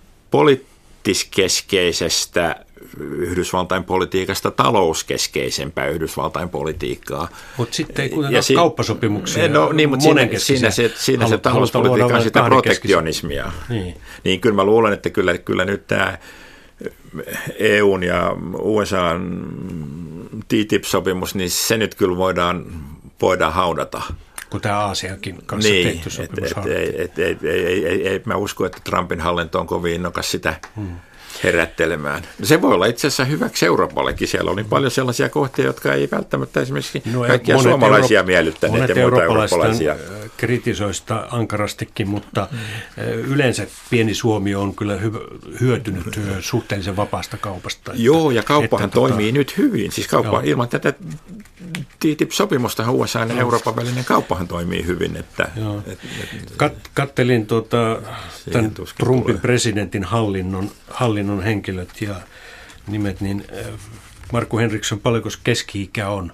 poliittiskeskeisestä Yhdysvaltain politiikasta talouskeskeisempää Yhdysvaltain politiikkaa. Mutta sitten ei kuitenkaan si- kauppasopimuksia. No niin, mutta siinä, siinä se, siinä se talouspolitiikka on sitä protektionismia. Niin. niin kyllä mä luulen, että kyllä, kyllä nyt tämä E U:n ja U S A:n T T I P-sopimus, niin se nyt kyllä voidaan, voidaan haudata. Kun tämä Aasiankin kanssa niin, tehty sopimus et, et, et, et, ei, ei, ei, ei, mä usko, että Trumpin hallinto on kovin innokas sitä hmm. herättelemään. Se voi olla itse asiassa hyväksi Euroopallekin. Siellä oli paljon sellaisia kohtia, jotka ei välttämättä esimerkiksi no, kaikkia suomalaisia Euro- miellyttäneet ja muita eurooppalaisia. Kritisoista ankarastikin, mutta mm. yleensä pieni Suomi on kyllä hy- hyötynyt suhteellisen vapaasta kaupasta. Että, joo, ja kauppahan että, toimii tota, nyt hyvin. Siis kauppa, ilman tätä T T I P-sopimusta U S A ja Euroopan välinen kauppahan toimii hyvin. Että, et, et, Kat, kattelin tuota, tämän Trumpin tulee. presidentin hallinnon, hallinnon henkilöt ja nimet, niin Markku Henriksson, paljonko keski-ikä on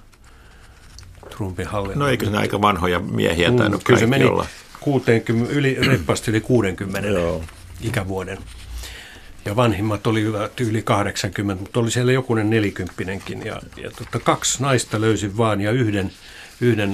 Trumpin hallinnon? No eikö ne aika vanhoja miehiä mm, tainnut kyllä se meni olla? kuusikymmentä, yli, reippaasti yli kuudenkymmenen Joo. ikävuoden. Ja vanhimmat oli yli kahdeksankymmentä, mutta oli siellä jokunen nelikymppinenkin. Ja, ja tota, kaksi naista löysin vaan ja yhden, yhden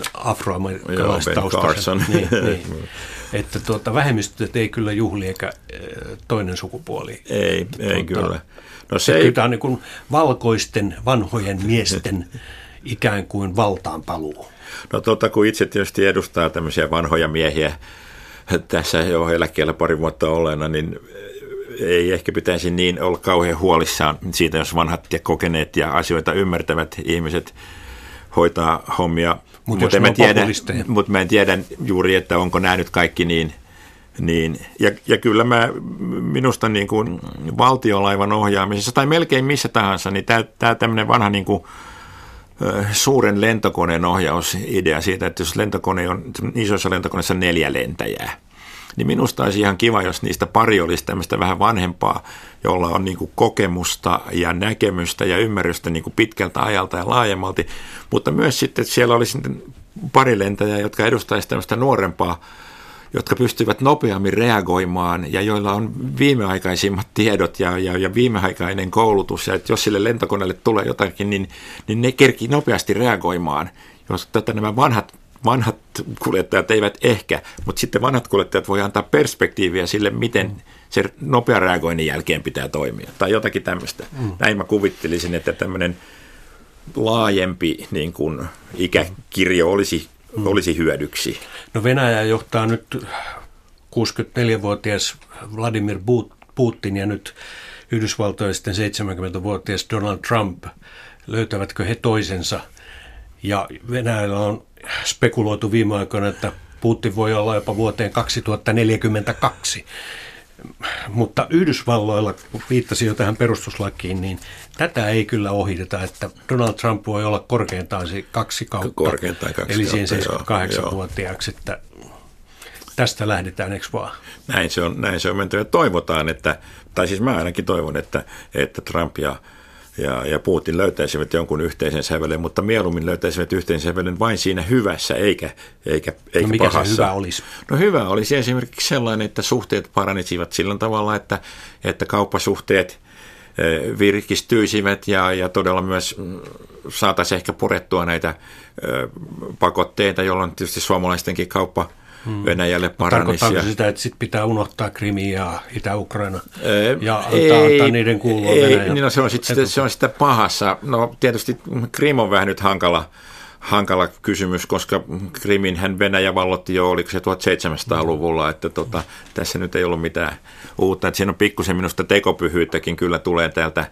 afroamerikkalaistaustaisen. Niin, niin. Että tuota, vähemmistöt ei kyllä juhli eikä toinen sukupuoli. Ei, tuota, ei kyllä. No se ei... Tämä on niin kuin valkoisten vanhojen miesten ikään kuin valtaan paluu. No tuota, kun itse tietysti edustaa tämmöisiä vanhoja miehiä tässä jo eläkkeellä pari vuotta olleena, niin ei ehkä pitäisi niin olla kauhean huolissaan siitä, jos vanhat ja kokeneet ja asioita ymmärtävät ihmiset hoitaa hommia. Mut Mutta mä, mut mä en tiedä juuri, että onko nämä nyt kaikki niin. niin. Ja, ja kyllä mä, minusta niin kuin valtiolaivan ohjaamisessa tai melkein missä tahansa, niin tämä tämmöinen vanha niin kuin suuren lentokoneen ohjausidea siitä, että jos lentokone on, isoissa lentokoneissa neljä lentäjää, niin minusta olisi ihan kiva, jos niistä pari olisi tämmöistä vähän vanhempaa, jolla on niin kuin kokemusta ja näkemystä ja ymmärrystä niin kuin pitkältä ajalta ja laajemmalti, mutta myös sitten, että siellä olisi pari lentäjää, jotka edustaisivat tämmöistä nuorempaa, jotka pystyvät nopeammin reagoimaan ja joilla on viimeaikaisimmat tiedot ja, ja, ja viimeaikainen koulutus. Ja että jos sille lentokoneelle tulee jotakin, niin, niin ne kerkii nopeasti reagoimaan. Jos tätä nämä vanhat, vanhat kuljettajat eivät ehkä, mutta sitten vanhat kuljettajat voi antaa perspektiiviä sille, miten se nopean reagoinnin jälkeen pitää toimia. Tai jotakin tämmöistä. Mm. Näin mä kuvittelisin, että tämmöinen laajempi niin kuin ikäkirjo olisi Mm. olisi hyödyksi. No Venäjä johtaa nyt kuusikymmentäneljävuotias Vladimir Putin ja nyt Yhdysvaltojen sitten seitsemänkymmentävuotias Donald Trump. Löytävätkö he toisensa Ja Venäjällä on spekuloitu viime aikoina, että Putin voi olla jopa vuoteen kaksituhattaneljäkymmentäkaksi. Mutta Yhdysvalloilla, kun viittasin jo tähän perustuslakiin, niin tätä ei kyllä ohiteta, että Donald Trump voi olla korkeintaan kaksi kautta, korkeintaan kaksi eli siihen kautta, seitsemänkymmentäkahdeksanvuotiaaksi, että tästä lähdetään, eikö vaan? Näin se on, näin se on menty ja toivotaan, että, tai siis mä ainakin toivon, että, että Trump ja, ja, ja Putin löytäisivät jonkun yhteisen sävelen, mutta mieluummin löytäisivät yhteisen sävelen vain siinä hyvässä, eikä, eikä, eikä no mikä pahassa. se hyvä olisi? No hyvä olisi esimerkiksi sellainen, että suhteet paranisivat sillä tavalla, että, että kauppasuhteet virkistyisivät ja, ja todella myös saataisiin ehkä purettua näitä pakotteita, jolloin tietysti suomalaistenkin kauppa Venäjälle paranisi. Tarkoittaako sitä, että sit pitää unohtaa Krimi ja Itä-Ukraina Ee, ja antaa, ei, antaa niiden kuulua Venäjälle? Niin no se, on sit sitä, se on sitä pahassa. No tietysti Krim on vähän nyt hankala, hankala kysymys, koska Krimin hän Venäjä vallotti jo, oliko se tuhatseitsemänsataaluvulla, että tota, tässä nyt ei ollut mitään uutta. Että siinä on pikkusen minusta tekopyhyyttäkin kyllä tulee täältä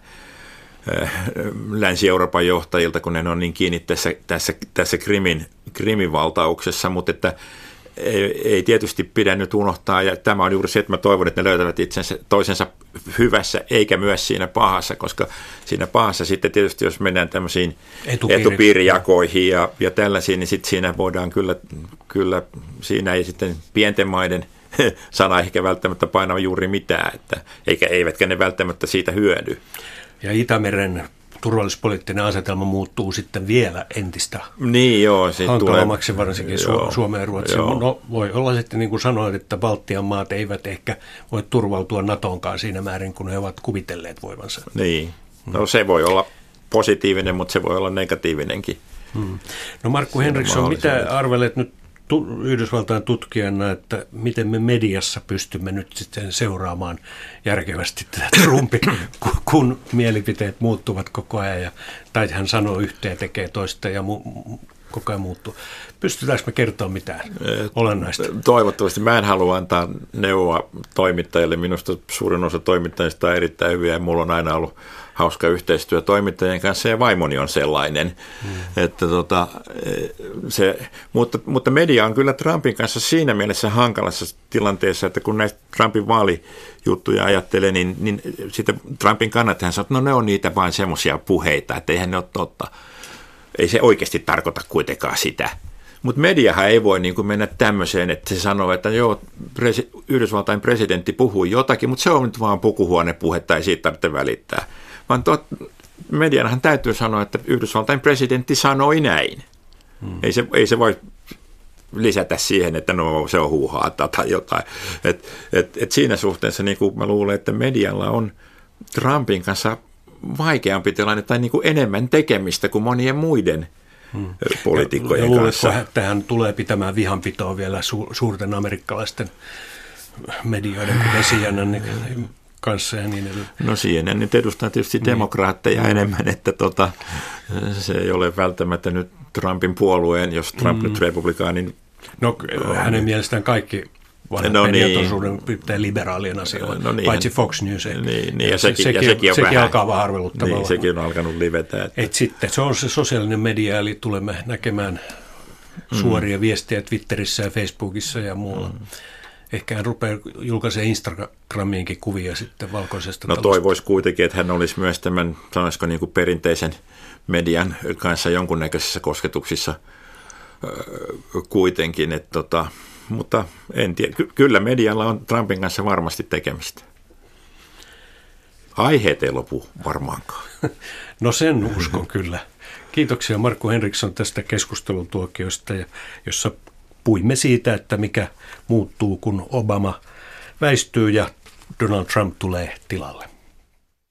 Länsi-Euroopan johtajilta, kun ne on niin kiinni tässä, tässä, tässä Krimin, Krimin valtauksessa, mutta että ei, ei tietysti pidä nyt unohtaa, ja tämä on juuri se, että mä toivon, että ne löytävät itsensä toisensa hyvässä, eikä myös siinä pahassa, koska siinä pahassa sitten tietysti, jos mennään tämmöisiin Etupiiri. etupiirijakoihin ja, ja tällaisiin, niin sitten siinä voidaan kyllä, kyllä, siinä ei sitten pienten maiden sana ehkä välttämättä painaa juuri mitään, että, eikä eivätkä ne välttämättä siitä hyödy. Ja Itämeren turvallisuuspoliittinen asetelma muuttuu sitten vielä entistä niin, joo, hankalammaksi, varsinkin joo, Suomeen ja Ruotsiin. No, voi olla sitten, niin kuin sanoin, että Baltian maat eivät ehkä voi turvautua NATOonkaan siinä määrin, kun he ovat kuvitelleet voivansa. Niin, no se voi olla positiivinen, mutta se voi olla negatiivinenkin. Hmm. No Markku Henriksson, mitä arvelet nyt Yhdysvaltain tutkijana, että miten me mediassa pystymme nyt sitten seuraamaan järkevästi tätä Trumpin, kun mielipiteet muuttuvat koko ajan, ja, tai hän sanoo yhteen, tekee toista ja mu- koko ajan muuttuu. Pystytäänkö me kertoa mitään olennaista? Toivottavasti. Mä en halua antaa neuvoa toimittajille. Minusta suurin osa toimittajista on erittäin hyviä ja mulla on aina ollut hauska yhteistyö toimittajien kanssa ja vaimoni on sellainen. Hmm. Että tota, se, mutta, mutta media on kyllä Trumpin kanssa siinä mielessä hankalassa tilanteessa, että kun näistä Trumpin vaalijuttuja ajattelee, niin, niin sitten Trumpin kannattajan sanoo, että no ne on niitä vain semmoisia puheita, että eihän ne ole totta. Ei se oikeasti tarkoita kuitenkaan sitä. Mutta mediahan ei voi niin kuin mennä tämmöiseen, että se sanoo, että joo, presi- Yhdysvaltain presidentti puhuu jotakin, mutta se on nyt vaan pukuhuonepuhetta, ei siitä tarvitse välittää. Vaan tuot, medianhan täytyy sanoa, että Yhdysvaltain presidentti sanoi näin. Hmm. Ei, se, ei se voi lisätä siihen, että no se on huuhaata tai jotain. Et, et, et siinä suhteessa niin kuin mä luulen, että medialla on Trumpin kanssa vaikeampi tilanne tai niin kuin enemmän tekemistä kuin monien muiden hmm. poliitikkojen ja, ja kanssa. Luuletko, että hän tulee pitämään vihanpitoa vielä su- suurten amerikkalaisten medioiden kuin C N N kanssa ja niin edelleen? No C N N nyt edustaa tietysti niin. demokraatteja hmm. enemmän, että tota, se ei ole välttämättä nyt Trumpin puolueen, jos Trump hmm. nyt republikaanin. No hänen mielestään kaikki vanhat no mediat niin. on suurin piirtein liberaalien asioilla, no niin, paitsi Fox News. Niin, niin, ja, ja sekin, sekin, ja sekin on sekin vähän. alkaa vähän arveluttavalla. Niin, sekin on alkanut livetä. Että. Et sitten se on se sosiaalinen media, eli tulemme näkemään mm. suoria viestejä Twitterissä ja Facebookissa ja muualla. Mm. Ehkä hän rupeaa julkaisemaan Instagramiinkin kuvia sitten valkoisesta No talosta. toivoisi kuitenkin, että hän olisi myös tämän, sanoisiko niin kuin perinteisen median kanssa jonkunnäköisissä kosketuksissa äh, kuitenkin, että tota, mutta en tiedä. Ky- kyllä medialla on Trumpin kanssa varmasti tekemistä. Aiheet ei lopu varmaankaan. No sen uskon kyllä. Kiitoksia Markku Henriksson tästä keskustelun tuokiosta, jossa puimme siitä, että mikä muuttuu, kun Obama väistyy ja Donald Trump tulee tilalle.